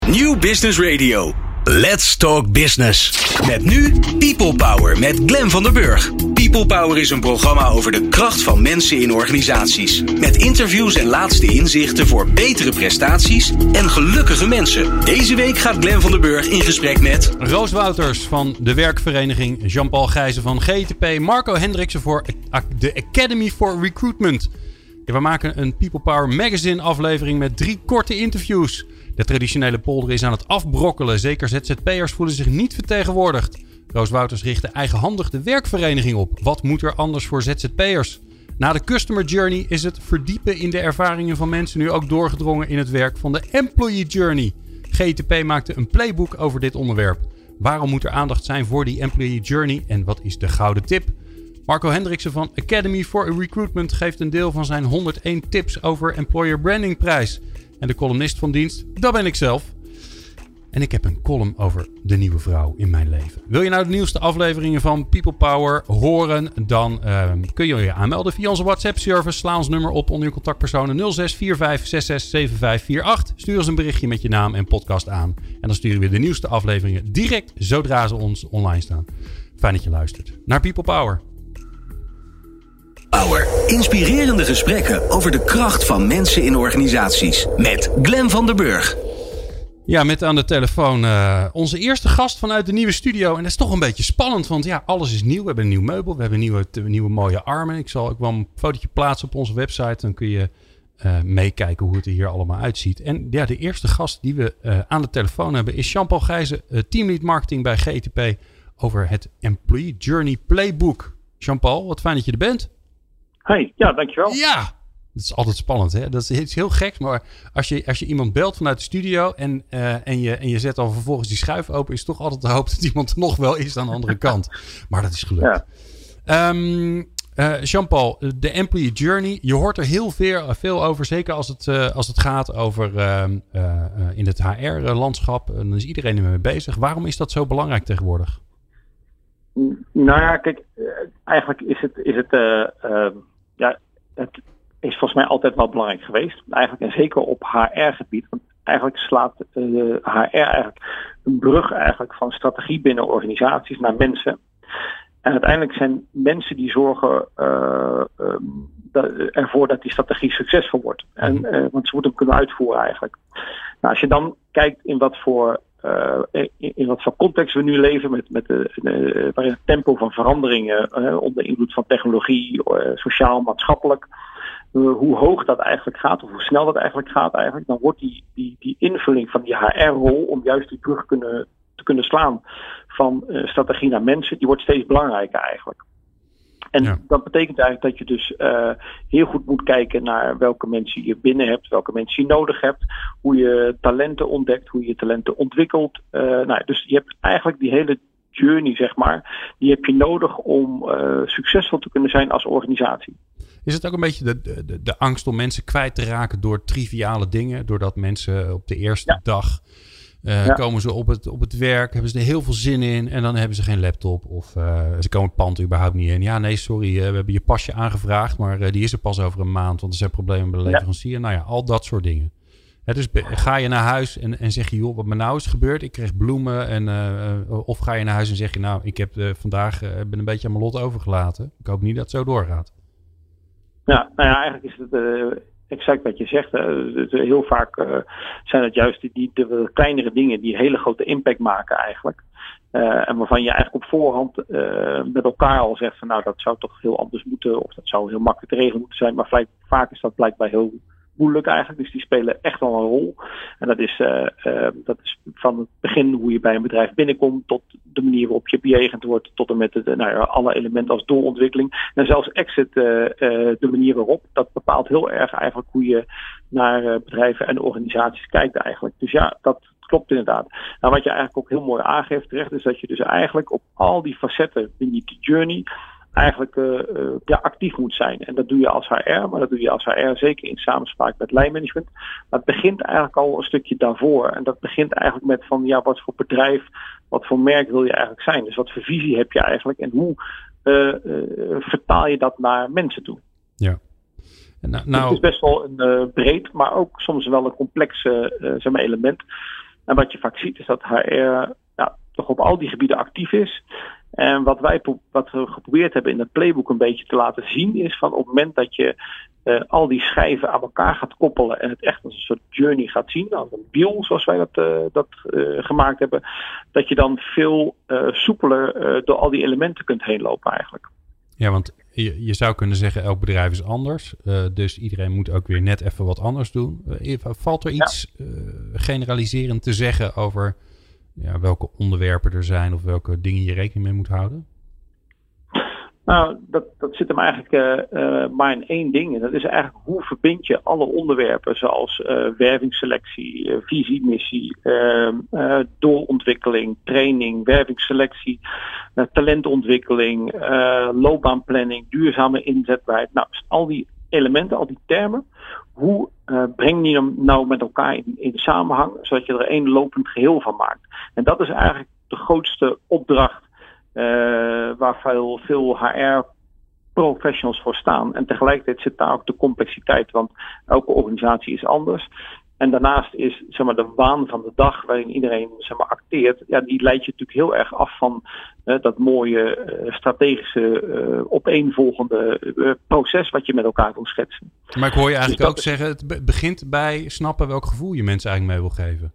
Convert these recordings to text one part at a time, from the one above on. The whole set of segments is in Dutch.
New Business Radio. Let's talk business. Met nu People Power met Glenn van der Burg. People Power is een programma over de kracht van mensen in organisaties. Met interviews en laatste inzichten voor betere prestaties en gelukkige mensen. Deze week gaat Glenn van der Burg in gesprek met Roos Wouters van de werkvereniging, Jean-Paul Gijzen van GTP, Marco Hendriksen voor de Academy for Recruitment. Ja, we maken een People Power Magazine aflevering met 3 korte interviews. De traditionele polder is aan het afbrokkelen. Zeker ZZP'ers voelen zich niet vertegenwoordigd. Roos Wouters richtte eigenhandig de werkvereniging op. Wat moet er anders voor ZZP'ers? Na de customer journey is het verdiepen in de ervaringen van mensen nu ook doorgedrongen in het werk van de employee journey. GTP maakte een playbook over dit onderwerp. Waarom moet er aandacht zijn voor die employee journey en wat is de gouden tip? Marco Hendriksen van Academy for Recruitment geeft een deel van zijn 101 tips over employer branding prijs. En de columnist van dienst, dat ben ik zelf. En ik heb een column over de nieuwe vrouw in mijn leven. Wil je nou de nieuwste afleveringen van People Power horen? Dan kun je je aanmelden via onze WhatsApp-service. Sla ons nummer op onder je contactpersonen 0645667548. Stuur ons een berichtje met je naam en podcast aan. En dan sturen we de nieuwste afleveringen direct zodra ze ons online staan. Fijn dat je luistert naar People Power. Power. Inspirerende gesprekken over de kracht van mensen in organisaties. Met Glenn van der Burg. Ja, met aan de telefoon onze eerste gast vanuit de nieuwe studio. En dat is toch een beetje spannend, want ja, alles is nieuw. We hebben een nieuw meubel, we hebben nieuwe mooie armen. Ik zal ook wel een fotootje plaatsen op onze website. Dan kun je meekijken hoe het er hier allemaal uitziet. En ja, de eerste gast die we aan de telefoon hebben is Jean-Paul Gijzen, teamlead marketing bij GTP, over het Employee Journey Playbook. Jean-Paul, wat fijn dat je er bent. Hey, ja, dankjewel. Ja, dat is altijd spannend, hè? Dat is iets heel geks, maar als je iemand belt vanuit de studio en je zet dan vervolgens die schuif open, is het toch altijd de hoop dat iemand er nog wel is aan de andere kant. Maar dat is gelukt. Ja. Jean-Paul, de Employee Journey, je hoort er heel veel over, zeker als het gaat over in het HR-landschap. Dan is iedereen ermee bezig. Waarom is dat zo belangrijk tegenwoordig? Nou ja, kijk, eigenlijk is het is volgens mij altijd wel belangrijk geweest. Eigenlijk en zeker op HR-gebied. Want eigenlijk slaat HR eigenlijk een brug eigenlijk van strategie binnen organisaties naar mensen. En uiteindelijk zijn mensen die zorgen ervoor dat die strategie succesvol wordt. Want ze moeten hem kunnen uitvoeren eigenlijk. Nou, als je dan kijkt in wat voor context we nu leven waarin het tempo van veranderingen onder invloed van technologie, sociaal, maatschappelijk, hoe hoog dat eigenlijk gaat of hoe snel dat eigenlijk gaat eigenlijk, dan wordt die invulling van die HR-rol om juist die brug te kunnen slaan van strategie naar mensen, die wordt steeds belangrijker eigenlijk. En dat betekent eigenlijk dat je dus heel goed moet kijken naar welke mensen je binnen hebt, welke mensen je nodig hebt, hoe je talenten ontdekt, hoe je talenten ontwikkelt. Dus je hebt eigenlijk die hele journey, zeg maar, die heb je nodig om succesvol te kunnen zijn als organisatie. Is het ook een beetje de angst om mensen kwijt te raken door triviale dingen, doordat mensen op de eerste dag komen ze op het werk, hebben ze er heel veel zin in en dan hebben ze geen laptop of ze komen het pand überhaupt niet in. Ja, nee, sorry, we hebben je pasje aangevraagd, maar die is er pas over een maand, want er zijn problemen bij de leverancier. Nou ja, al dat soort dingen. Dus ga je naar huis en zeg je, joh, wat me nou is gebeurd, ik kreeg bloemen of ga je naar huis en zeg je, nou, ik heb vandaag ben een beetje aan mijn lot overgelaten. Ik hoop niet dat het zo doorgaat. Ja, nou ja, eigenlijk is het exact wat je zegt. Heel vaak zijn het juist de kleinere dingen die hele grote impact maken eigenlijk. En waarvan je eigenlijk op voorhand met elkaar al zegt van nou, dat zou toch heel anders moeten of dat zou heel makkelijk te regelen moeten zijn. Maar vaak is dat blijkbaar heel moeilijk eigenlijk. Dus die spelen echt wel een rol. En dat is van het begin hoe je bij een bedrijf binnenkomt tot de manier waarop je bejegend wordt tot en met alle elementen als doorontwikkeling. En zelfs exit, de manier waarop. Dat bepaalt heel erg eigenlijk hoe je naar bedrijven en organisaties kijkt eigenlijk. Dus ja, dat klopt inderdaad. Nou, wat je eigenlijk ook heel mooi aangeeft terecht is dat je dus eigenlijk op al die facetten in die journey eigenlijk actief moet zijn. En dat doe je als HR, maar dat doe je als HR zeker in samenspraak met lijnmanagement. Maar het begint eigenlijk al een stukje daarvoor. En dat begint eigenlijk met van ja, wat voor bedrijf, wat voor merk wil je eigenlijk zijn? Dus wat voor visie heb je eigenlijk en hoe vertaal je dat naar mensen toe? Ja. Nou, het is best wel een breed, maar ook soms wel een complex element. En wat je vaak ziet is dat HR toch op al die gebieden actief is. En wat we geprobeerd hebben in het playbook een beetje te laten zien is van op het moment dat je al die schijven aan elkaar gaat koppelen en het echt als een soort journey gaat zien, als een wiel zoals wij dat gemaakt hebben, dat je dan veel soepeler door al die elementen kunt heen lopen eigenlijk. Ja, want je zou kunnen zeggen elk bedrijf is anders. Dus iedereen moet ook weer net even wat anders doen. Valt er iets generaliserend te zeggen over welke onderwerpen er zijn of welke dingen je rekening mee moet houden? Nou, dat zit hem eigenlijk maar in één ding. En dat is eigenlijk hoe verbind je alle onderwerpen zoals wervingsselectie, visie, missie, doorontwikkeling, training, wervingsselectie, talentontwikkeling, loopbaanplanning, duurzame inzetbaarheid. Nou, al die elementen, al die termen, hoe breng je hem nou met elkaar in samenhang, zodat je er één lopend geheel van maakt. En dat is eigenlijk de grootste opdracht waar veel HR-professionals voor staan. En tegelijkertijd zit daar ook de complexiteit, want elke organisatie is anders. En daarnaast is de waan van de dag waarin iedereen acteert, die leidt je natuurlijk heel erg af van dat mooie strategische opeenvolgende proces wat je met elkaar wil schetsen. Maar ik hoor je eigenlijk ook zeggen, het begint bij snappen welk gevoel je mensen eigenlijk mee wil geven.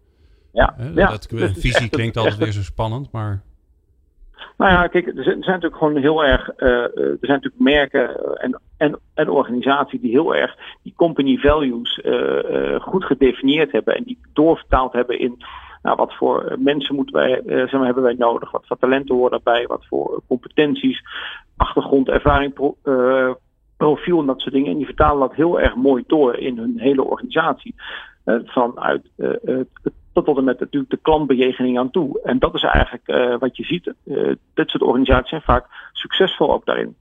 Visie klinkt altijd weer zo spannend, maar... Nou ja, kijk, er zijn natuurlijk gewoon heel erg, er zijn natuurlijk merken en organisaties die heel erg die company values goed gedefinieerd hebben en die doorvertaald hebben in wat voor mensen hebben wij nodig, wat voor talenten horen daarbij, wat voor competenties, achtergrond, ervaring, profiel en dat soort dingen. En die vertalen dat heel erg mooi door in hun hele organisatie. Vanuit tot en met natuurlijk de klantbejegening aan toe. En dat is eigenlijk wat je ziet. Dit soort organisaties zijn vaak succesvol ook daarin.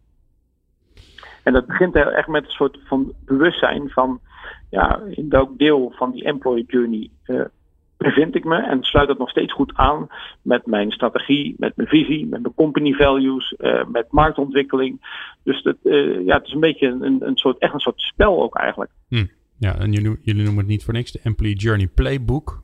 En dat begint echt met een soort van bewustzijn van in welk deel van die employee journey bevind ik me en sluit dat nog steeds goed aan met mijn strategie, met mijn visie, met mijn company values, met marktontwikkeling. Dus het is een beetje een soort spel ook eigenlijk. Ja, en jullie noemen het niet voor niks de Employee Journey Playbook.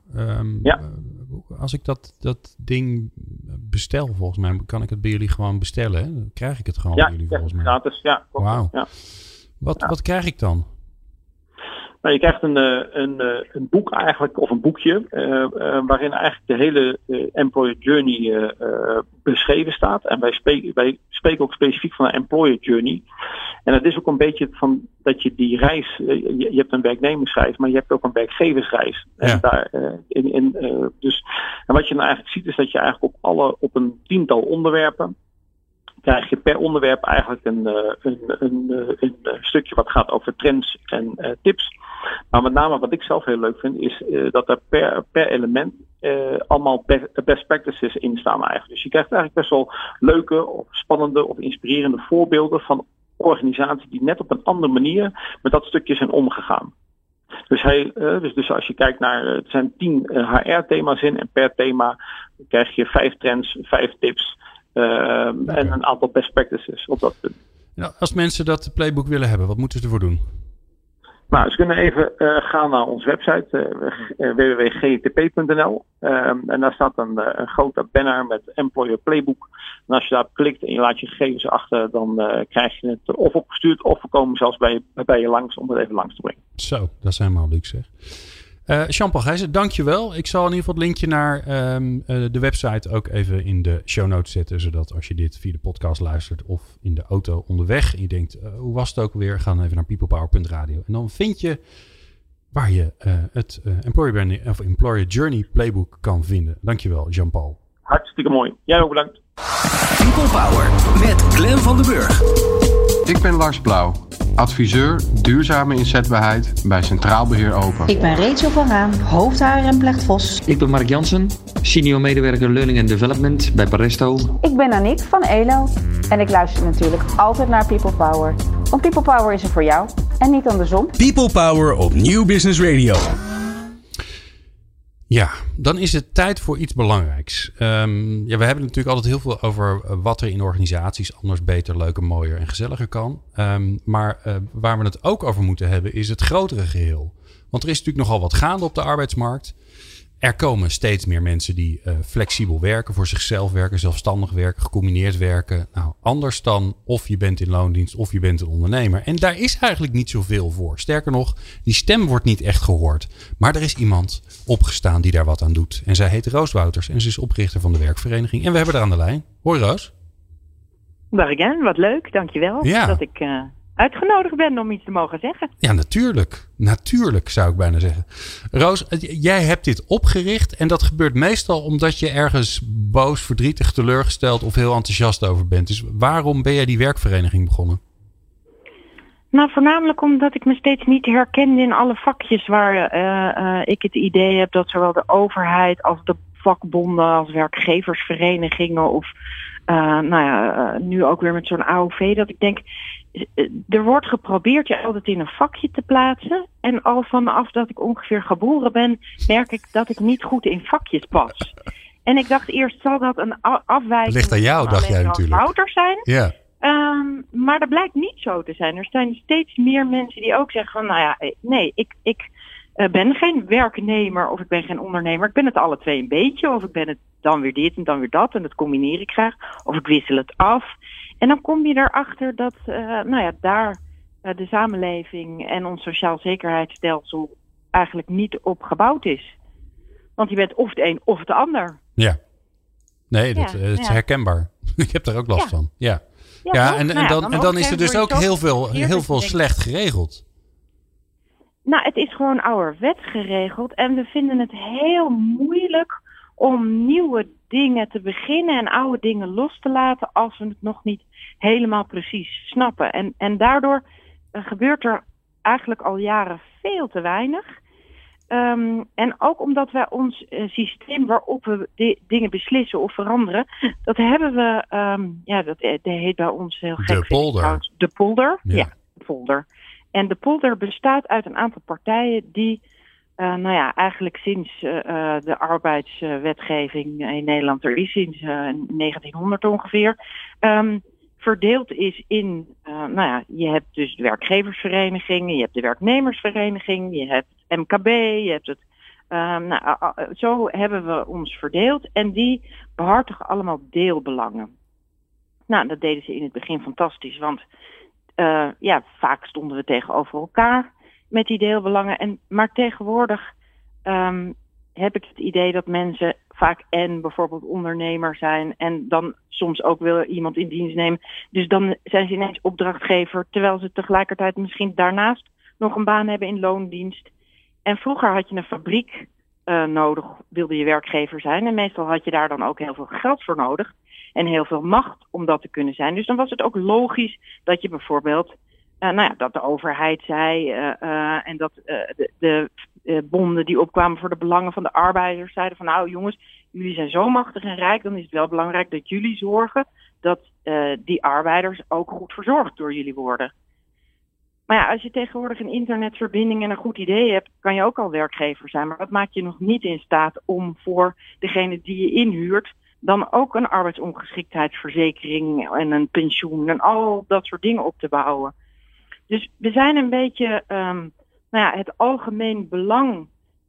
Als ik dat ding bestel, volgens mij, kan ik het bij jullie gewoon bestellen. Hè? Dan krijg ik het gewoon bij jullie volgens mij. Gratis, ja. Wauw. Ja. Wat krijg ik dan? Nou, je krijgt een boek eigenlijk, of een boekje, waarin eigenlijk de hele employer journey beschreven staat. En wij spreken ook specifiek van een employer journey. En het is ook een beetje van dat je die reis, je hebt een werknemersreis, maar je hebt ook een werkgeversreis. Ja. En en wat je nou eigenlijk ziet is dat je eigenlijk op een 10-tal onderwerpen krijg je per onderwerp eigenlijk een stukje wat gaat over trends en tips. Maar met name wat ik zelf heel leuk vind is dat er per element allemaal best practices in staan eigenlijk. Dus je krijgt eigenlijk best wel leuke of spannende of inspirerende voorbeelden van organisaties die net op een andere manier met dat stukje zijn omgegaan. Dus als je kijkt naar, er zijn 10 HR-thema's in en per thema krijg je 5 trends, 5 tips. En een aantal best practices op dat punt. Nou, als mensen dat playbook willen hebben, wat moeten ze ervoor doen? Nou, ze kunnen even gaan naar onze website www.gtp.nl en daar staat een grote banner met Employer Playbook. En als je daarop klikt en je laat je gegevens achter, dan krijg je het of opgestuurd of we komen zelfs bij je langs om het even langs te brengen. Zo, dat is helemaal luxe zeg. Jean-Paul Gijzen, dankjewel. Ik zal in ieder geval het linkje naar de website ook even in de show notes zetten. Zodat als je dit via de podcast luistert of in de auto onderweg. En je denkt, hoe was het ook weer? Ga dan even naar peoplepower.radio. En dan vind je waar je het Employer Journey Playbook kan vinden. Dankjewel, Jean-Paul. Hartstikke mooi. Jij ook bedankt. People Power met Glenn van den Burg. Ik ben Lars Blauw, adviseur duurzame inzetbaarheid bij Centraal Beheer Open. Ik ben Rachel van Raam, hoofd HR en Plecht Vos. Ik ben Mark Jansen, senior medewerker Learning and Development bij Paresto. Ik ben Aniek van ELO en ik luister natuurlijk altijd naar People Power. Want People Power is er voor jou en niet andersom. People Power op Nieuw Business Radio. Ja, dan is het tijd voor iets belangrijks. We hebben natuurlijk altijd heel veel over wat er in organisaties anders, beter, leuker, mooier en gezelliger kan. Maar waar we het ook over moeten hebben is het grotere geheel. Want er is natuurlijk nogal wat gaande op de arbeidsmarkt. Er komen steeds meer mensen die flexibel werken, voor zichzelf werken, zelfstandig werken, gecombineerd werken. Nou, anders dan of je bent in loondienst of je bent een ondernemer. En daar is eigenlijk niet zoveel voor. Sterker nog, die stem wordt niet echt gehoord. Maar er is iemand opgestaan die daar wat aan doet. En zij heet Roos Wouters en ze is oprichter van de werkvereniging. En we hebben haar aan de lijn. Hoi Roos. Dag again, wat leuk, dankjewel dat ik uitgenodigd ben om iets te mogen zeggen. Ja, natuurlijk. Natuurlijk zou ik bijna zeggen. Roos, jij hebt dit opgericht en dat gebeurt meestal omdat je ergens boos, verdrietig, teleurgesteld of heel enthousiast over bent. Dus waarom ben jij die werkvereniging begonnen? Nou, voornamelijk omdat ik me steeds niet herkende in alle vakjes waar ik het idee heb dat zowel de overheid als de vakbonden als werkgeversverenigingen of nu ook weer met zo'n AOV, dat ik denk, er wordt geprobeerd je altijd in een vakje te plaatsen. En al vanaf dat ik ongeveer geboren ben, merk ik dat ik niet goed in vakjes pas. En ik dacht eerst, zal dat een afwijking ligt aan jou, dacht jij natuurlijk. Wouters zijn? Ja. Maar dat blijkt niet zo te zijn. Er zijn steeds meer mensen die ook zeggen van, nee, ik ben geen werknemer of ik ben geen ondernemer. Ik ben het alle twee een beetje. Of ik ben het dan weer dit en dan weer dat. En dat combineer ik graag. Of ik wissel het af. En dan kom je erachter dat daar de samenleving en ons sociaal zekerheidsstelsel eigenlijk niet op gebouwd is. Want je bent of het een of het ander. Ja. Nee, dat is herkenbaar. Ik heb daar ook last van. Ja. En dan is er dus ook heel veel slecht geregeld. Nou, het is gewoon ouderwets geregeld. En we vinden het heel moeilijk om nieuwe dingen te beginnen en oude dingen los te laten als we het nog niet helemaal precies snappen. En daardoor gebeurt er eigenlijk al jaren veel te weinig. En ook omdat wij ons systeem waarop we dingen beslissen of veranderen, dat hebben we, dat heet bij ons heel gek. De polder. De polder, ja, de polder. En de polder bestaat uit een aantal partijen die, eigenlijk sinds de arbeidswetgeving in Nederland er is, sinds 1900 ongeveer, verdeeld is in, je hebt dus de werkgeversvereniging, je hebt de werknemersvereniging, je hebt MKB, je hebt het, zo hebben we ons verdeeld en die behartigen allemaal deelbelangen. Nou, dat deden ze in het begin fantastisch, want vaak stonden we tegenover elkaar met die deelbelangen. Maar tegenwoordig heb ik het idee dat mensen vaak bijvoorbeeld ondernemer zijn en dan soms ook wil iemand in dienst nemen. Dus dan zijn ze ineens opdrachtgever, terwijl ze tegelijkertijd misschien daarnaast nog een baan hebben in loondienst. En vroeger had je een fabriek nodig, wilde je werkgever zijn. En meestal had je daar dan ook heel veel geld voor nodig. En heel veel macht om dat te kunnen zijn. Dus dan was het ook logisch dat je bijvoorbeeld, dat de overheid zei en dat de bonden die opkwamen voor de belangen van de arbeiders zeiden van, nou jongens, jullie zijn zo machtig en rijk, dan is het wel belangrijk dat jullie zorgen dat die arbeiders ook goed verzorgd door jullie worden. Maar ja, als je tegenwoordig een internetverbinding en een goed idee hebt, kan je ook al werkgever zijn. Maar dat maakt je nog niet in staat om voor degene die je inhuurt dan ook een arbeidsongeschiktheidsverzekering en een pensioen en al dat soort dingen op te bouwen. Dus we zijn een beetje, het algemeen belang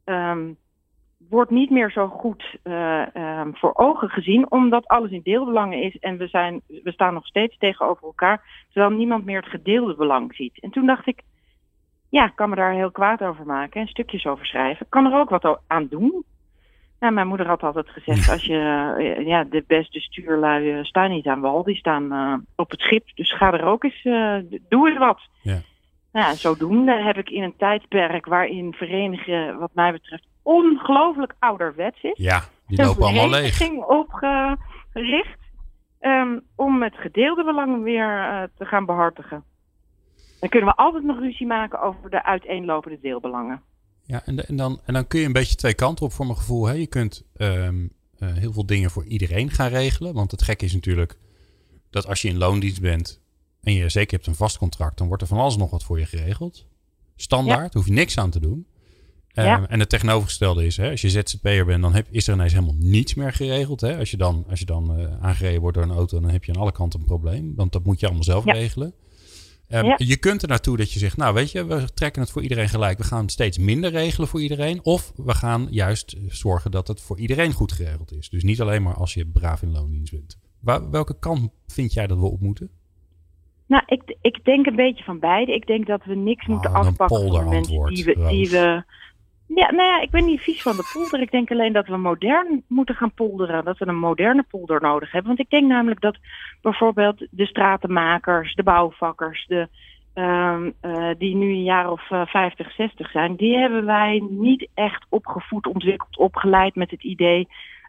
wordt niet meer zo goed voor ogen gezien, omdat alles in deelbelangen is en we staan nog steeds tegenover elkaar, terwijl niemand meer het gedeelde belang ziet. En toen dacht ik, ik kan me daar heel kwaad over maken en stukjes over schrijven. Ik kan er ook wat aan doen. Nou, mijn moeder had altijd gezegd, als je de beste stuurlui staan niet aan wal, die staan op het schip. Dus ga er ook eens, doe eens wat. Ja. Nou, zodoende heb ik in een tijdperk waarin verenigen, wat mij betreft, ongelooflijk ouderwets is. Ja, die lopen allemaal leeg. Een vereniging opgericht om het gedeelde belang weer te gaan behartigen. Dan kunnen we altijd nog ruzie maken over de uiteenlopende deelbelangen. Ja, en dan kun je een beetje twee kanten op voor mijn gevoel. Hè? Je kunt heel veel dingen voor iedereen gaan regelen. Want het gekke is natuurlijk dat als je in loondienst bent en je zeker hebt een vast contract, dan wordt er van alles nog wat voor je geregeld. Standaard, hoef je niks aan te doen. En het tegenovergestelde is, als je ZZP'er bent, dan is er ineens helemaal niets meer geregeld. Hè? Als je dan aangereden wordt door een auto, dan heb je aan alle kanten een probleem. Want dat moet je allemaal zelf regelen. Je kunt er naartoe dat je zegt, nou weet je, we trekken het voor iedereen gelijk. We gaan steeds minder regelen voor iedereen. Of we gaan juist zorgen dat het voor iedereen goed geregeld is. Dus niet alleen maar als je braaf in loondienst bent. Welke kant vind jij dat we op moeten? Nou, ik denk een beetje van beide. Ik denk dat we niks moeten afpakken van de mensen die we... Ja, nou ja, ik ben niet vies van de polder. Ik denk alleen dat we modern moeten gaan polderen. Dat we een moderne polder nodig hebben. Want ik denk namelijk dat bijvoorbeeld de stratenmakers, de bouwvakkers, die nu een jaar of 50, 60 zijn, die hebben wij niet echt opgevoed, ontwikkeld, opgeleid met het idee...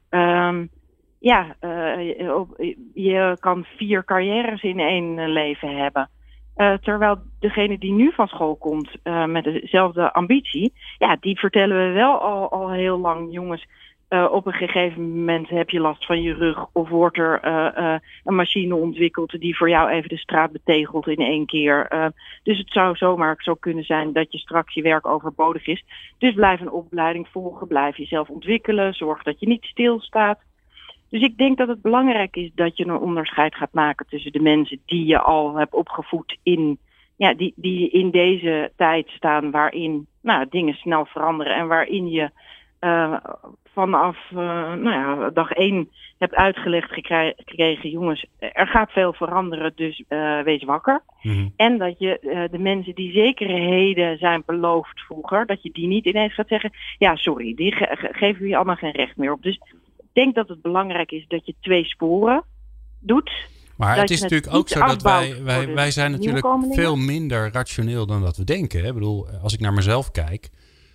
je kan 4 carrières in 1 leven hebben. Terwijl degene die nu van school komt met dezelfde ambitie, die vertellen we wel al heel lang, jongens, op een gegeven moment heb je last van je rug of wordt er een machine ontwikkeld die voor jou even de straat betegelt in 1 keer. Dus het zou zomaar zo kunnen zijn dat je straks je werk overbodig is. Dus blijf een opleiding volgen, blijf jezelf ontwikkelen, zorg dat je niet stilstaat. Dus ik denk dat het belangrijk is dat je een onderscheid gaat maken tussen de mensen die je al hebt opgevoed die in deze tijd staan waarin dingen snel veranderen en waarin je vanaf dag 1 hebt uitgelegd gekregen, jongens, er gaat veel veranderen, dus wees wakker. Mm-hmm. En dat je de mensen die zekerheden zijn beloofd vroeger, dat je die niet ineens gaat zeggen, ja sorry, die geven je allemaal geen recht meer op. Dus ik denk dat het belangrijk is dat je 2 sporen doet. Maar het is natuurlijk ook zo dat wij zijn natuurlijk veel minder rationeel dan dat we denken. Hè? Ik bedoel, als ik naar mezelf kijk,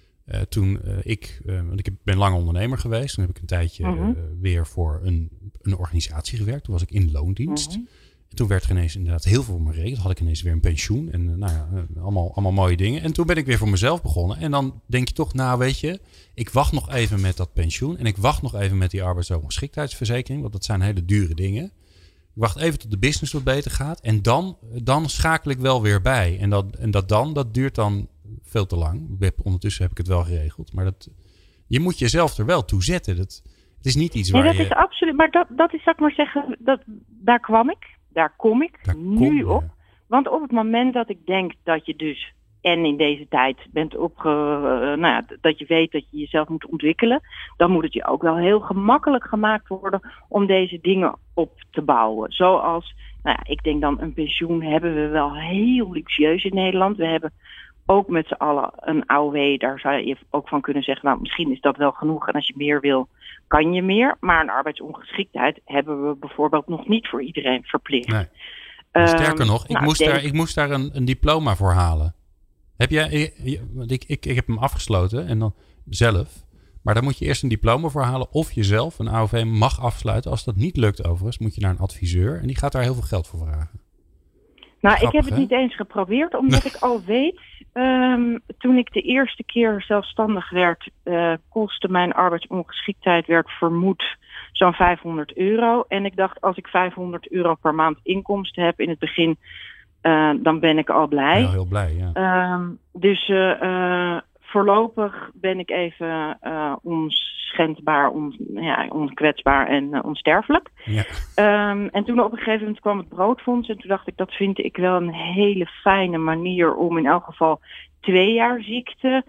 want ik ben lang ondernemer geweest. Toen heb ik een tijdje weer voor een organisatie gewerkt. Toen was ik in loondienst. Mm-hmm. En toen werd er ineens inderdaad heel veel voor me geregeld. Had ik ineens weer een pensioen en allemaal mooie dingen. En toen ben ik weer voor mezelf begonnen. En dan denk je toch, weet je, ik wacht nog even met dat pensioen. En ik wacht nog even met die arbeidsongeschiktheidsverzekering. Want dat zijn hele dure dingen. Ik wacht even tot de business wat beter gaat. En dan schakel ik wel weer bij. En dat duurt dan veel te lang. Ondertussen heb ik het wel geregeld. Maar je moet jezelf er wel toe zetten. Het is niet iets waar is absoluut. Maar dat is, zal ik maar zeggen, daar kom ik nu op. Want op het moment dat ik denk dat je dus en in deze tijd bent dat je weet dat je jezelf moet ontwikkelen, dan moet het je ook wel heel gemakkelijk gemaakt worden om deze dingen op te bouwen. Zoals, ik denk dan een pensioen hebben we wel heel luxueus in Nederland. We hebben ook met z'n allen een AOW, daar zou je ook van kunnen zeggen, misschien is dat wel genoeg en als je meer wil, kan je meer. Maar een arbeidsongeschiktheid hebben we bijvoorbeeld nog niet voor iedereen verplicht. Nee. Sterker nog, ik moest daar een diploma voor halen. Heb jij? Ik heb hem afgesloten en dan zelf. Maar daar moet je eerst een diploma voor halen of je zelf een AOV mag afsluiten. Als dat niet lukt overigens, moet je naar een adviseur en die gaat daar heel veel geld voor vragen. Grappig, ik heb het niet eens geprobeerd, omdat ik al weet, toen ik de eerste keer zelfstandig werd, kostte mijn arbeidsongeschiktheid, werd vermoed zo'n €500. En ik dacht, als ik €500 per maand inkomsten heb in het begin, dan ben ik al blij. Ja, heel blij, ja. Dus voorlopig ben ik even onschendbaar, onkwetsbaar en onsterfelijk. Ja. En toen op een gegeven moment kwam het broodfonds. En toen dacht ik, dat vind ik wel een hele fijne manier om in elk geval 2 jaar ziekte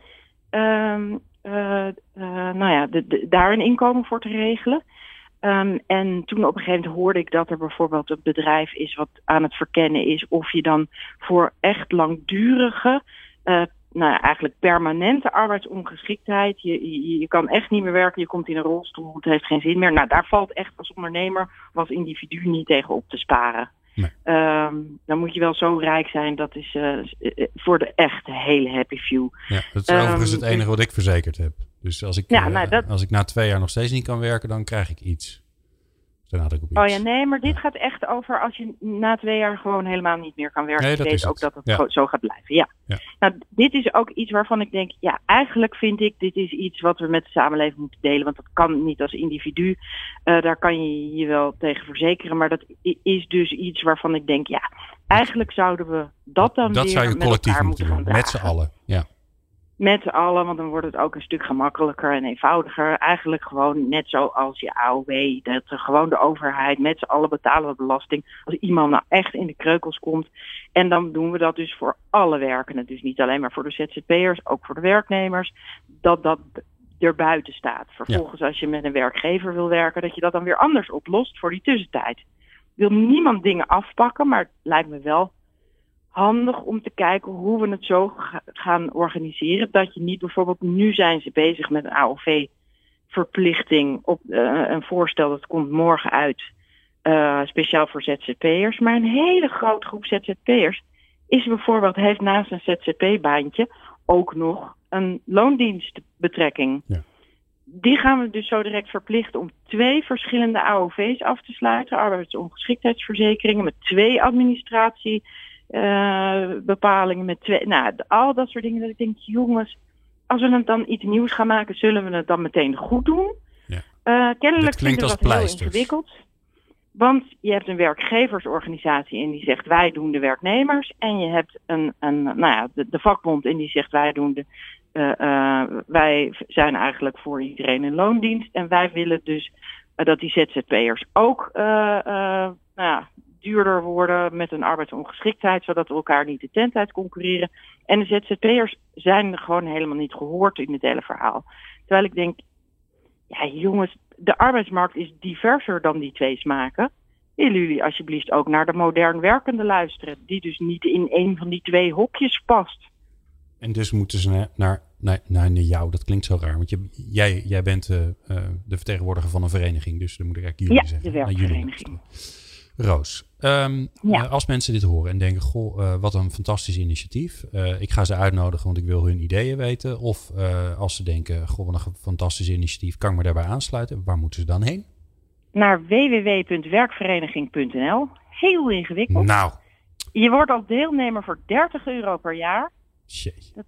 daar een inkomen voor te regelen. En toen op een gegeven moment hoorde ik dat er bijvoorbeeld een bedrijf is wat aan het verkennen is of je dan voor echt langdurige, eigenlijk permanente arbeidsongeschiktheid, je kan echt niet meer werken, je komt in een rolstoel, het heeft geen zin meer. Daar valt echt als ondernemer of als individu niet tegen op te sparen. Nee. Dan moet je wel zo rijk zijn, dat is voor de echte hele happy few. Ja, dat is overigens het enige wat ik verzekerd heb. Dus als ik na 2 jaar nog steeds niet kan werken, dan krijg ik iets. Maar dit gaat echt over als je na 2 jaar gewoon helemaal niet meer kan werken. Nee, je weet ook dat het zo gaat blijven. Ja. Nou, dit is ook iets waarvan ik denk, eigenlijk vind ik, dit is iets wat we met de samenleving moeten delen. Want dat kan niet als individu. Daar kan je je wel tegen verzekeren. Maar dat is dus iets waarvan ik denk, eigenlijk zouden we dat dan weer zou je met collectief elkaar moeten gaan dragen. Met z'n allen, ja. met z'n allen, want dan wordt het ook een stuk gemakkelijker en eenvoudiger. Eigenlijk gewoon net zoals je AOW, dat gewoon de overheid met z'n allen betalen we belasting. Als iemand nou echt in de kreukels komt. En dan doen we dat dus voor alle werkenden. Dus niet alleen maar voor de ZZP'ers, ook voor de werknemers. Dat er buiten staat. Vervolgens als je met een werkgever wil werken, dat je dat dan weer anders oplost voor die tussentijd. Ik wil niemand dingen afpakken, maar het lijkt me wel handig om te kijken hoe we het zo gaan organiseren. Dat je niet bijvoorbeeld, nu zijn ze bezig met een AOV-verplichting op een voorstel dat komt morgen uit. Speciaal voor ZZP'ers. Maar een hele grote groep ZZP'ers is bijvoorbeeld, heeft naast een ZZP-baantje ook nog een loondienstbetrekking. Ja. Die gaan we dus zo direct verplichten om 2 verschillende AOV's af te sluiten. Arbeidsongeschiktheidsverzekeringen met 2 administratiebepalingen met 2. Nou, al dat soort dingen. Dat ik denk, jongens, als we het dan iets nieuws gaan maken, zullen we het dan meteen goed doen. Ja. Kennelijk vinden we dat heel ingewikkeld. Want je hebt een werkgeversorganisatie en die zegt wij doen de werknemers. En je hebt de vakbond en die zegt wij doen wij zijn eigenlijk voor iedereen in loondienst. En wij willen dus dat die ZZP'ers ook duurder worden met een arbeidsongeschiktheid, zodat we elkaar niet de tent uit concurreren. En de ZZP'ers zijn gewoon helemaal niet gehoord in het hele verhaal. Terwijl ik denk, ja jongens, de arbeidsmarkt is diverser dan die 2 smaken. Willen jullie alsjeblieft ook naar de modern werkende luisteren, die dus niet in een van die 2 hokjes past. En dus moeten ze naar jou, dat klinkt zo raar, want jij bent de vertegenwoordiger van een vereniging, dus dan moet ik eigenlijk jullie zeggen. Ja, de werkvereniging. Roos, als mensen dit horen en denken, goh, wat een fantastisch initiatief. Ik ga ze uitnodigen, want ik wil hun ideeën weten. Of als ze denken, goh, wat een fantastisch initiatief, kan ik me daarbij aansluiten. Waar moeten ze dan heen? Naar www.werkvereniging.nl. Heel ingewikkeld. Nou. Je wordt als deelnemer voor €30 per jaar. Jeetje.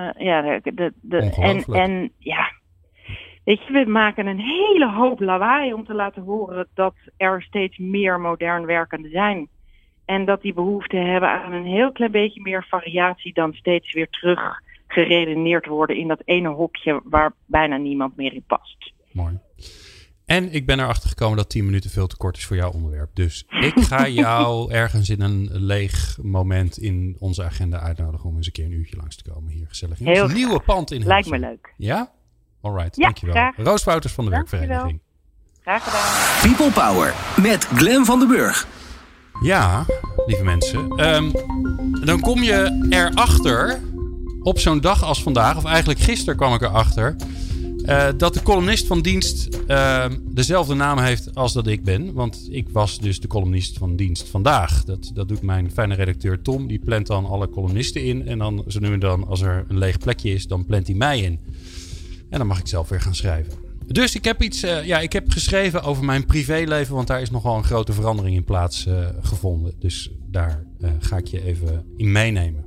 En weet je, we maken een hele hoop lawaai om te laten horen dat er steeds meer modern werkenden zijn. En dat die behoefte hebben aan een heel klein beetje meer variatie dan steeds weer terug geredeneerd worden in dat ene hokje waar bijna niemand meer in past. Mooi. En ik ben erachter gekomen dat 10 minuten veel te kort is voor jouw onderwerp. Dus ik ga jou ergens in een leeg moment in onze agenda uitnodigen om eens een keer een uurtje langs te komen hier. Gezellig. In ons nieuwe pand in Lijkt me leuk. Ja? Alright, ja, dankjewel. Graag. Roos Wouters van de Werkvereniging. Graag gedaan. People Power met Glenn van den Burg. Ja, lieve mensen. Dan kom je erachter op zo'n dag als vandaag, of eigenlijk gisteren kwam ik erachter, dat de columnist van dienst dezelfde naam heeft als dat ik ben. Want ik was dus de columnist van dienst vandaag. Dat doet mijn fijne redacteur Tom. Die plant dan alle columnisten in. En dan zo nu en dan, als er een leeg plekje is, dan plant hij mij in. En dan mag ik zelf weer gaan schrijven. Dus ik heb ik heb geschreven over mijn privéleven, want daar is nogal een grote verandering in plaats gevonden. Dus daar ga ik je even in meenemen.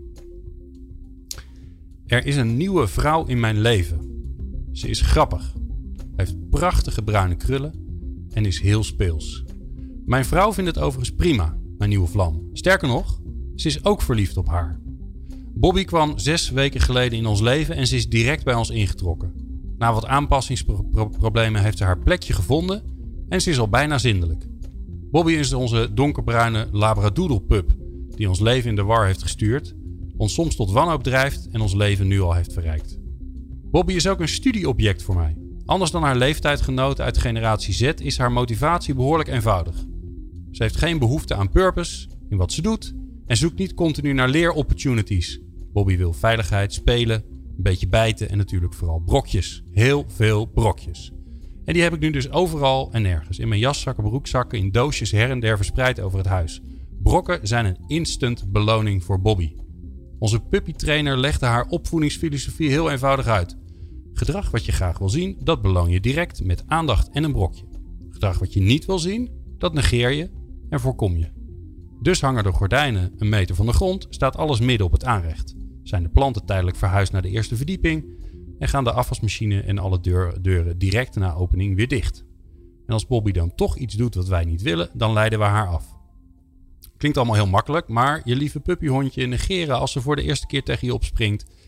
Er is een nieuwe vrouw in mijn leven. Ze is grappig, heeft prachtige bruine krullen en is heel speels. Mijn vrouw vindt het overigens prima, mijn nieuwe vlam. Sterker nog, ze is ook verliefd op haar. Bobby kwam 6 weken geleden in ons leven en ze is direct bij ons ingetrokken. Na wat aanpassingsproblemen heeft ze haar plekje gevonden en ze is al bijna zindelijk. Bobby is onze donkerbruine labradoodle pup die ons leven in de war heeft gestuurd, ons soms tot wanhoop drijft en ons leven nu al heeft verrijkt. Bobby is ook een studieobject voor mij. Anders dan haar leeftijdgenoten uit generatie Z is haar motivatie behoorlijk eenvoudig. Ze heeft geen behoefte aan purpose in wat ze doet en zoekt niet continu naar leeropportunities. Bobby wil veiligheid, spelen, een beetje bijten en natuurlijk vooral brokjes. Heel veel brokjes. En die heb ik nu dus overal en nergens. In mijn jaszakken, broekzakken, in doosjes her en der verspreid over het huis. Brokken zijn een instant beloning voor Bobby. Onze puppytrainer legde haar opvoedingsfilosofie heel eenvoudig uit. Gedrag wat je graag wil zien, dat beloon je direct met aandacht en een brokje. Gedrag wat je niet wil zien, dat negeer je en voorkom je. Dus hangen de gordijnen 1 meter van de grond, staat alles midden op het aanrecht. Zijn de planten tijdelijk verhuisd naar de eerste verdieping en gaan de afwasmachine en alle deuren direct na opening weer dicht. En als Bobby dan toch iets doet wat wij niet willen, dan leiden we haar af. Klinkt allemaal heel makkelijk, maar je lieve puppyhondje negeren als ze voor de eerste keer tegen je opspringt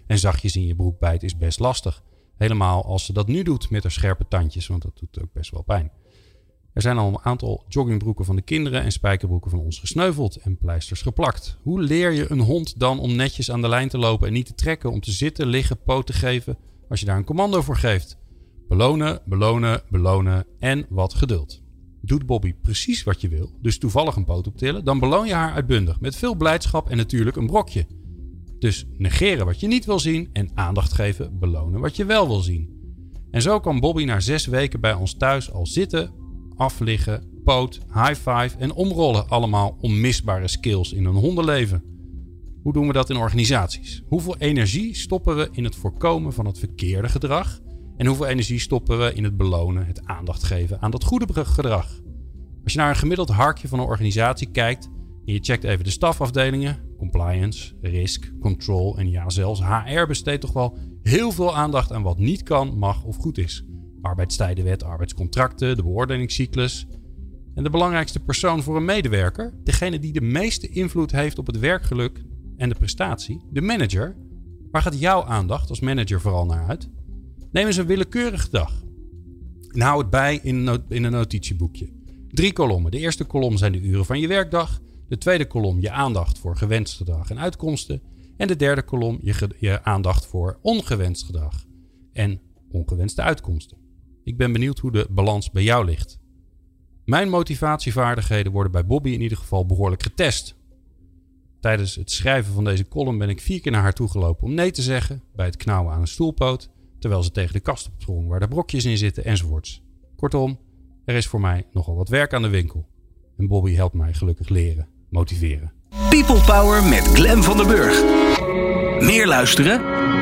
en zachtjes in je broek bijt is best lastig. Helemaal als ze dat nu doet met haar scherpe tandjes, want dat doet ook best wel pijn. Er zijn al een aantal joggingbroeken van de kinderen en spijkerbroeken van ons gesneuveld en pleisters geplakt. Hoe leer je een hond dan om netjes aan de lijn te lopen en niet te trekken, om te zitten, liggen, poot te geven als je daar een commando voor geeft? Belonen, belonen, belonen en wat geduld. Doet Bobby precies wat je wil, dus toevallig een poot optillen, dan beloon je haar uitbundig met veel blijdschap en natuurlijk een brokje. Dus negeren wat je niet wil zien en aandacht geven, belonen wat je wel wil zien. En zo kan Bobby na 6 weken bij ons thuis al zitten, afliggen, poot, high five en omrollen. Allemaal onmisbare skills in een hondenleven. Hoe doen we dat in organisaties? Hoeveel energie stoppen we in het voorkomen van het verkeerde gedrag? En hoeveel energie stoppen we in het belonen, het aandacht geven aan dat goede gedrag? Als je naar een gemiddeld harkje van een organisatie kijkt en je checkt even de stafafdelingen, compliance, risk, control en ja, zelfs HR besteedt toch wel heel veel aandacht aan wat niet kan, mag of goed is. Arbeidstijdenwet, arbeidscontracten, de beoordelingscyclus. En de belangrijkste persoon voor een medewerker, degene die de meeste invloed heeft op het werkgeluk en de prestatie, de manager. Waar gaat jouw aandacht als manager vooral naar uit? Neem eens een willekeurige dag en hou het bij in een notitieboekje. 3 kolommen. De eerste kolom zijn de uren van je werkdag. De tweede kolom je aandacht voor gewenst gedrag en uitkomsten. En de derde kolom je aandacht voor ongewenst gedrag en ongewenste uitkomsten. Ik ben benieuwd hoe de balans bij jou ligt. Mijn motivatievaardigheden worden bij Bobby in ieder geval behoorlijk getest. Tijdens het schrijven van deze column ben ik 4 keer naar haar toegelopen om nee te zeggen bij het knauwen aan een stoelpoot, terwijl ze tegen de kast opsprong waar de brokjes in zitten enzovoorts. Kortom, er is voor mij nogal wat werk aan de winkel. En Bobby helpt mij gelukkig leren, motiveren. People Power met Glenn van der Burg. Meer luisteren?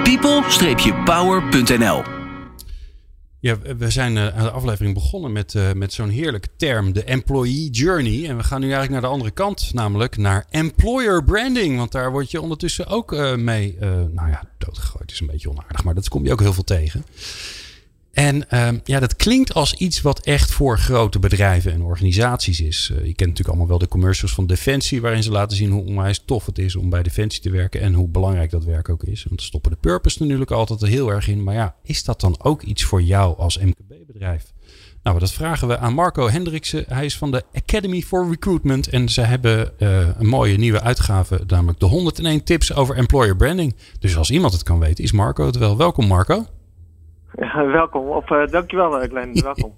people-power.nl. Ja, we zijn aan de aflevering begonnen met zo'n heerlijke term, de employee journey. En we gaan nu eigenlijk naar de andere kant, namelijk naar employer branding. Want daar word je ondertussen ook mee, doodgegooid is een beetje onaardig, maar dat kom je ook heel veel tegen. En dat klinkt als iets wat echt voor grote bedrijven en organisaties is. Je kent natuurlijk allemaal wel de commercials van Defensie, waarin ze laten zien hoe onwijs tof het is om bij Defensie te werken en hoe belangrijk dat werk ook is. Want stoppen de purpose natuurlijk altijd er heel erg in. Maar ja, is dat dan ook iets voor jou als MKB-bedrijf? Nou, dat vragen we aan Marco Hendriksen. Hij is van de Academy for Recruitment en ze hebben een mooie nieuwe uitgave, namelijk de 101 tips over employer branding. Dus als iemand het kan weten, is Marco het wel. Welkom, Marco. Ja, welkom. Dankjewel, Glenn. Welkom.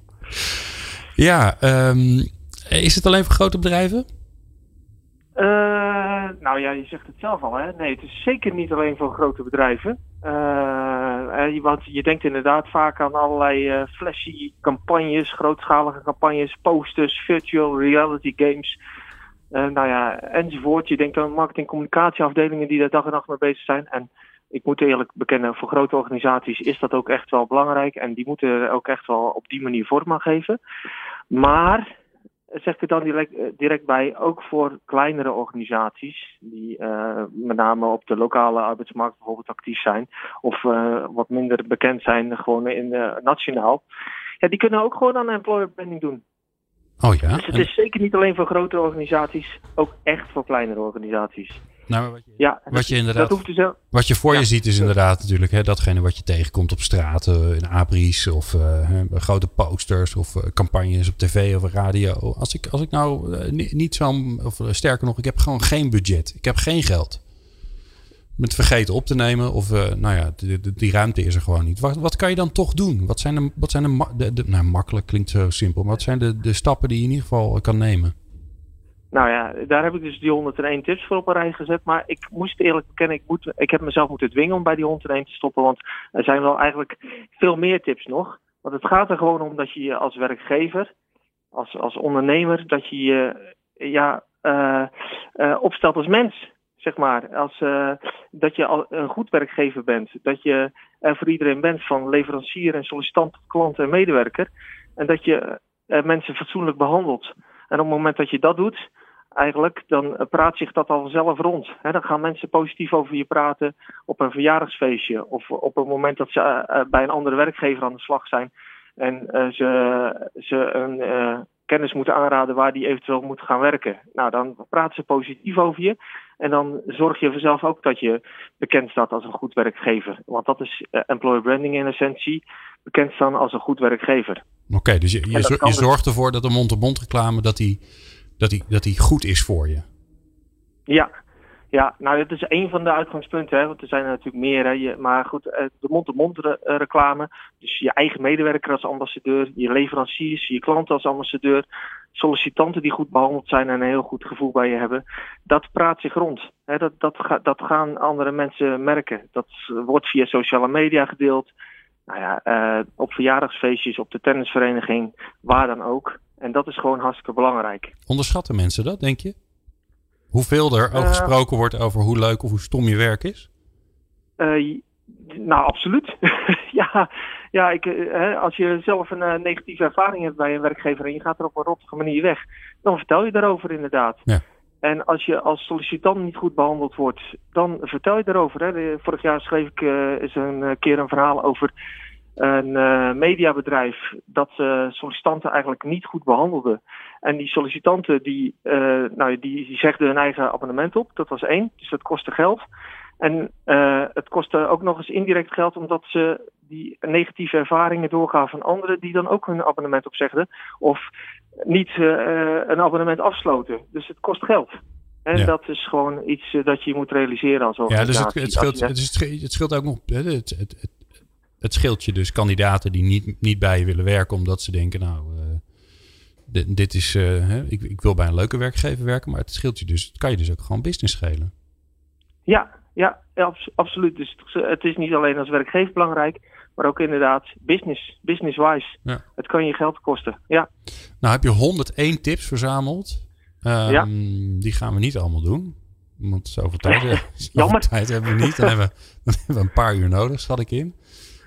Ja, is het alleen voor grote bedrijven? Nou ja, je zegt het zelf al, hè? Nee, het is zeker niet alleen voor grote bedrijven. Want je denkt inderdaad vaak aan allerlei flashy campagnes, grootschalige campagnes, posters, virtual reality games. Enzovoort. Je denkt aan marketing- en communicatieafdelingen die daar dag en nacht mee bezig zijn. En ik moet eerlijk bekennen, voor grote organisaties is dat ook echt wel belangrijk. En die moeten er ook echt wel op die manier vorm aan geven. Maar, zeg ik er dan direct bij, ook voor kleinere organisaties. Die met name op de lokale arbeidsmarkt bijvoorbeeld actief zijn. Of wat minder bekend zijn, gewoon nationaal. Ja, die kunnen ook gewoon aan employer branding doen. Oh ja? Dus het is zeker niet alleen voor grote organisaties, ook echt voor kleinere organisaties. Nou, wat je voor je ziet is inderdaad natuurlijk datgene wat je tegenkomt op straat, in abris of grote posters of campagnes op tv of radio. Als ik nou niet zo, of sterker nog, ik heb gewoon geen budget. Ik heb geen geld. Met vergeten op te nemen of die ruimte is er gewoon niet. Wat kan je dan toch doen? Wat zijn de makkelijk klinkt zo simpel, maar wat zijn de stappen die je in ieder geval kan nemen? Nou ja, daar heb ik dus die 101 tips voor op een rij gezet. Maar ik moest eerlijk bekennen, ik heb mezelf moeten dwingen om bij die 101 te stoppen. Want er zijn wel eigenlijk veel meer tips nog. Want het gaat er gewoon om dat je als werkgever, als ondernemer, dat je je opstelt als mens. Zeg maar, dat je al een goed werkgever bent. Dat je er voor iedereen bent, van leverancier en sollicitant tot klant en medewerker. En dat je mensen fatsoenlijk behandelt. En op het moment dat je dat doet, eigenlijk, dan praat zich dat al vanzelf rond. Dan gaan mensen positief over je praten op een verjaardagsfeestje. Of op het moment dat ze bij een andere werkgever aan de slag zijn. En ze een kennis moeten aanraden waar die eventueel moet gaan werken. Nou, dan praten ze positief over je. En dan zorg je vanzelf ook dat je bekend staat als een goed werkgever. Want dat is employer branding in essentie. Bekend staan als een goed werkgever. Oké, dus je zorgt ervoor dat de mond-to-mond reclame dat die goed is voor je. Ja, nou, dat is één van de uitgangspunten, hè, want er zijn er natuurlijk meer. Hè. Maar goed, de mond-to-mond reclame, dus je eigen medewerker als ambassadeur, je leveranciers, je klanten als ambassadeur, sollicitanten die goed behandeld zijn en een heel goed gevoel bij je hebben, dat praat zich rond. Hè. Dat gaan andere mensen merken. Dat wordt via sociale media gedeeld. Nou ja, op verjaardagsfeestjes, op de tennisvereniging, waar dan ook. En dat is gewoon hartstikke belangrijk. Onderschatten mensen dat, denk je? Hoeveel er ook gesproken wordt over hoe leuk of hoe stom je werk is? Nou, absoluut. Als je zelf een negatieve ervaring hebt bij een werkgever en je gaat er op een rottige manier weg, dan vertel je daarover inderdaad. Ja. En als je als sollicitant niet goed behandeld wordt, dan vertel je daarover. Hè. Vorig jaar schreef ik eens een keer een verhaal over een mediabedrijf dat sollicitanten eigenlijk niet goed behandelde. En die sollicitanten die zegden hun eigen abonnement op. Dat was 1, dus dat kostte geld. En het kostte ook nog eens indirect geld omdat ze die negatieve ervaringen doorgaven van anderen die dan ook hun abonnement opzegden. Of niet een abonnement afsloten. Dus het kost geld. En dat is gewoon iets dat je moet realiseren als organisatie. Ja, dus het scheelt ook nog. Het scheelt je dus kandidaten die niet bij je willen werken omdat ze denken, dit is, ik wil bij een leuke werkgever werken, maar het scheelt je dus. Het kan je dus ook gewoon business schelen. Ja, absoluut. Dus het is niet alleen als werkgever belangrijk, maar ook inderdaad business-wise. Ja. Het kan je geld kosten. Ja. Nou heb je 101 tips verzameld. Die gaan we niet allemaal doen. Want zoveel tijd hebben we niet. Dan hebben we een paar uur nodig, schat ik in.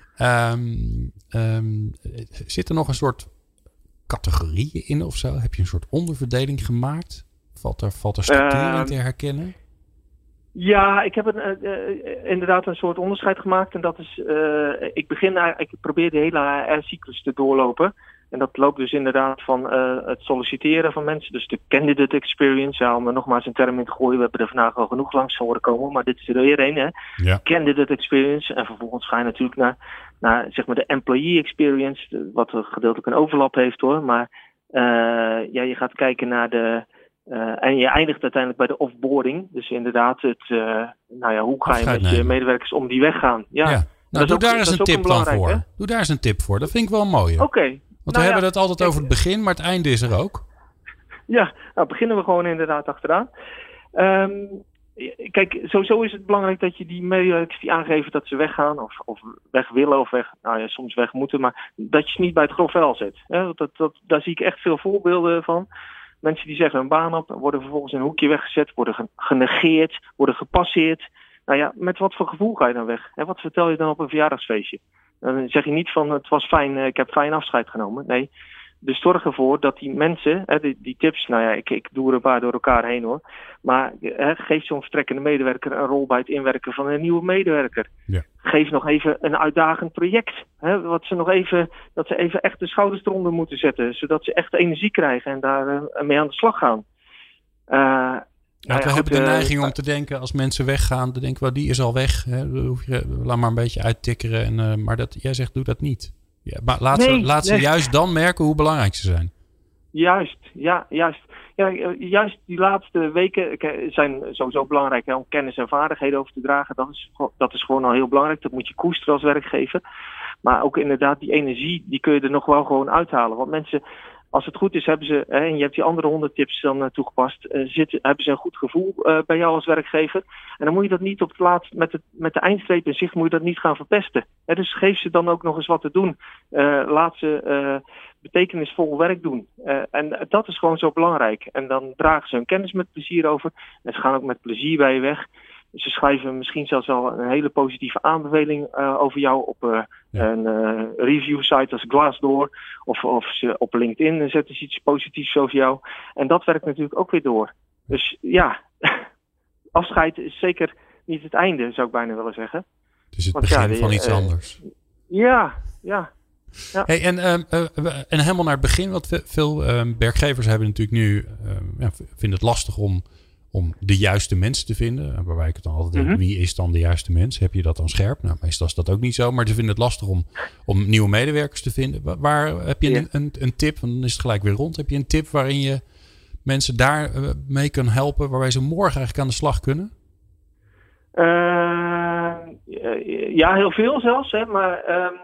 Zit er nog een soort categorieën in of zo? Heb je een soort onderverdeling gemaakt? Valt er structuur in te herkennen? Ja, ik heb inderdaad een soort onderscheid gemaakt. En dat is, ik probeer de hele HR-cyclus te doorlopen. En dat loopt dus inderdaad van het solliciteren van mensen. Dus de candidate experience. Ja, om er nogmaals een term in te gooien. We hebben er vandaag al genoeg langs horen komen. Maar dit is er weer een, hè. Ja. Candidate experience. En vervolgens ga je natuurlijk naar zeg maar de employee experience. Wat gedeeltelijk een overlap heeft, hoor. Maar je gaat kijken naar en je eindigt uiteindelijk bij de offboarding. Dus inderdaad, hoe ga je met je medewerkers om die weggaan? Ja. Nou, doe daar eens een tip dan voor. Hè? Doe daar eens een tip voor. Dat vind ik wel mooi. Oké. Want we hebben het altijd over het begin, maar het einde is er ook. Ja, nou beginnen we gewoon inderdaad achteraan. Kijk, sowieso is het belangrijk dat je die medewerkers die aangeven dat ze weggaan of weg willen of soms weg moeten, maar dat je ze niet bij het grof vuil zet. Daar zie ik echt veel voorbeelden van. Mensen die zeggen hun baan op, worden vervolgens in een hoekje weggezet, worden genegeerd, worden gepasseerd. Nou ja, met wat voor gevoel ga je dan weg? Wat vertel je dan op een verjaardagsfeestje? Dan zeg je niet van het was fijn, ik heb fijn afscheid genomen. Nee, dus zorg ervoor dat die mensen, die tips, ik doe er een paar door elkaar heen hoor. Maar geef zo'n vertrekkende medewerker een rol bij het inwerken van een nieuwe medewerker. Ja. Geef nog even een uitdagend project. Dat ze even echt de schouders eronder moeten zetten. Zodat ze echt energie krijgen en daar mee aan de slag gaan. We hebben de neiging om te denken, als mensen weggaan, dan denken we, die is al weg. Laat maar een beetje uittikkeren. Maar jij zegt, doe dat niet. Ja, maar laat ze juist dan merken hoe belangrijk ze zijn. Juist. Juist die laatste weken zijn sowieso belangrijk om kennis en vaardigheden over te dragen. Dat is gewoon al heel belangrijk. Dat moet je koesteren als werkgever. Maar ook inderdaad die energie, die kun je er nog wel gewoon uithalen. Want mensen, als het goed is, hebben ze, en je hebt die andere 100 tips dan toegepast, hebben ze een goed gevoel bij jou als werkgever. En dan moet je dat niet op het laatst, met de eindstreep in zicht, moet je dat niet gaan verpesten. Dus geef ze dan ook nog eens wat te doen. Laat ze betekenisvol werk doen. En dat is gewoon zo belangrijk. En dan dragen ze hun kennis met plezier over. En ze gaan ook met plezier bij je weg. Ze schrijven misschien zelfs wel een hele positieve aanbeveling over jou op een review site als Glassdoor. Of ze op LinkedIn zetten ze iets positiefs over jou. En dat werkt natuurlijk ook weer door. Dus ja, afscheid is zeker niet het einde, zou ik bijna willen zeggen. Dus het begin van iets anders. Ja. Hey, en helemaal naar het begin, want veel werkgevers hebben natuurlijk nu vinden het lastig om om de juiste mensen te vinden. Waarbij ik het dan altijd denk, wie is dan de juiste mens? Heb je dat dan scherp? Nou, meestal is dat ook niet zo. Maar ze vinden het lastig om nieuwe medewerkers te vinden. Waar heb je een tip? Want dan is het gelijk weer rond. Heb je een tip waarin je mensen daar mee kan helpen? Waarbij ze morgen eigenlijk aan de slag kunnen? Ja, heel veel zelfs. Hè, maar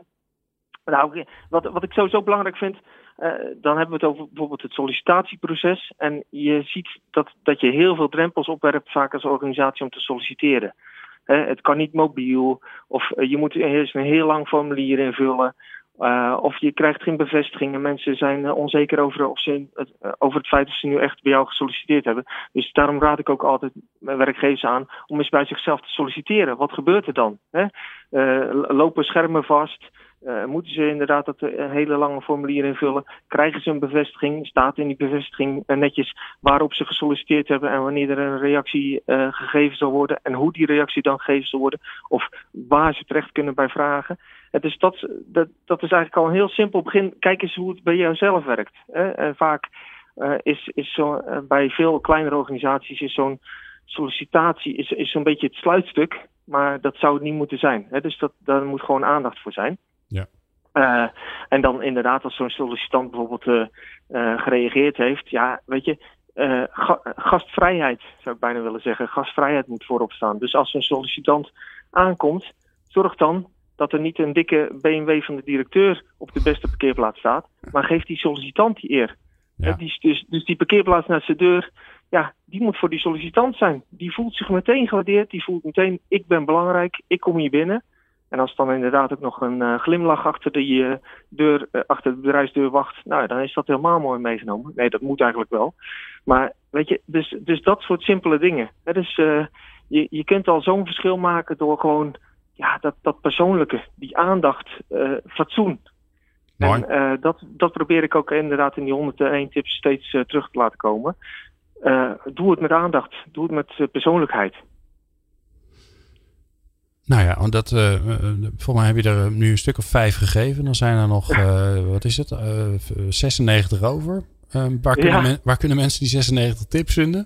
wat ik sowieso belangrijk vind... dan hebben we het over bijvoorbeeld het sollicitatieproces. En je ziet dat je heel veel drempels opwerpt vaak als organisatie om te solliciteren. Het kan niet mobiel. Of je moet eerst een heel lang formulier invullen. Of je krijgt geen bevestiging en mensen zijn onzeker over het feit dat ze nu echt bij jou gesolliciteerd hebben. Dus daarom raad ik ook altijd mijn werkgevers aan om eens bij zichzelf te solliciteren. Wat gebeurt er dan? Lopen schermen vast? Moeten ze inderdaad dat hele lange formulier invullen? Krijgen ze een bevestiging? Staat in die bevestiging netjes waarop ze gesolliciteerd hebben en wanneer er een reactie gegeven zal worden en hoe die reactie dan gegeven zal worden of waar ze terecht kunnen bij vragen. Dus dat is eigenlijk al een heel simpel begin. Kijk eens hoe het bij jouzelf werkt. En vaak is bij veel kleinere organisaties is zo'n sollicitatie is zo'n beetje het sluitstuk, maar dat zou het niet moeten zijn. Dus daar moet gewoon aandacht voor zijn. Ja. En dan inderdaad als zo'n sollicitant bijvoorbeeld gereageerd heeft, ja, weet je, gastvrijheid zou ik bijna willen zeggen. Gastvrijheid moet voorop staan. Dus als zo'n sollicitant aankomt, zorg dan dat er niet een dikke BMW van de directeur op de beste parkeerplaats staat, maar geef die sollicitant die eer. Ja. Dus die parkeerplaats naast zijn deur, ja, die moet voor die sollicitant zijn. Die voelt zich meteen gewaardeerd, die voelt meteen, ik ben belangrijk, ik kom hier binnen. En als dan inderdaad ook nog een glimlach achter achter de bedrijfsdeur wacht, nou, dan is dat helemaal mooi meegenomen. Nee, dat moet eigenlijk wel. Maar weet je, dus dat soort simpele dingen. Dus je kunt al zo'n verschil maken door gewoon dat persoonlijke, die aandacht, fatsoen. Mooi. En dat probeer ik ook inderdaad in die 101 tips steeds terug te laten komen. Doe het met aandacht, doe het met persoonlijkheid. Nou ja, want volgens mij heb je er nu een stuk of 5 gegeven. Dan zijn er nog, 96 over. Waar kunnen mensen die 96 tips vinden?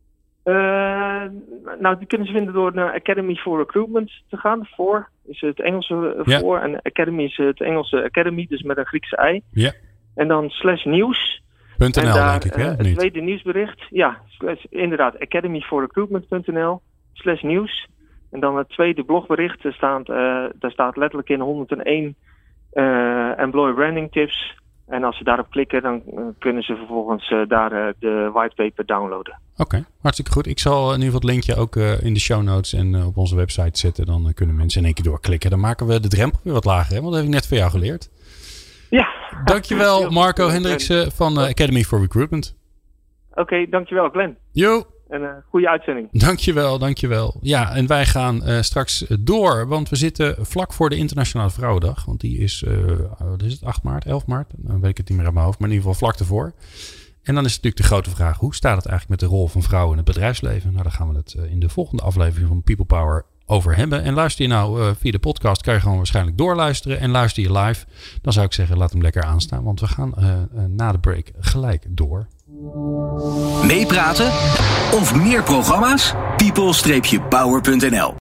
Nou, die kunnen ze vinden door naar Academy for Recruitment te gaan. For is het Engelse voor. En Academy is het Engelse Academy, dus met een Griekse i. Ja. En dan /nieuws. .nl denk ik, hè? Het tweede nieuwsbericht. Ja, inderdaad. academyforrecruitment.nl /nieuws. En dan het tweede blogbericht. Daar staat letterlijk in 101 employer branding tips. En als ze daarop klikken, dan kunnen ze vervolgens daar de whitepaper downloaden. Oké, hartstikke goed. Ik zal in ieder geval het linkje ook in de show notes en op onze website zetten. Dan kunnen mensen in één keer doorklikken. Dan maken we de drempel weer wat lager, hè? Want dat heb ik net van jou geleerd. Ja. Dankjewel Marco Hendriksen van Academy for Recruitment. Oké, dankjewel Glenn. Jo. En goede uitzending. Dankjewel. Ja, en wij gaan straks door. Want we zitten vlak voor de Internationale Vrouwendag. Want die is, wat is het, 8 maart, 11 maart? Dan weet ik het niet meer uit mijn hoofd. Maar in ieder geval vlak ervoor. En dan is het natuurlijk de grote vraag. Hoe staat het eigenlijk met de rol van vrouwen in het bedrijfsleven? Nou, daar gaan we het in de volgende aflevering van People Power over hebben. En luister je nou via de podcast, kan je gewoon waarschijnlijk doorluisteren. En luister je live, dan zou ik zeggen, laat hem lekker aanstaan. Want we gaan na de break gelijk door. Meepraten of meer programma's? people-power.nl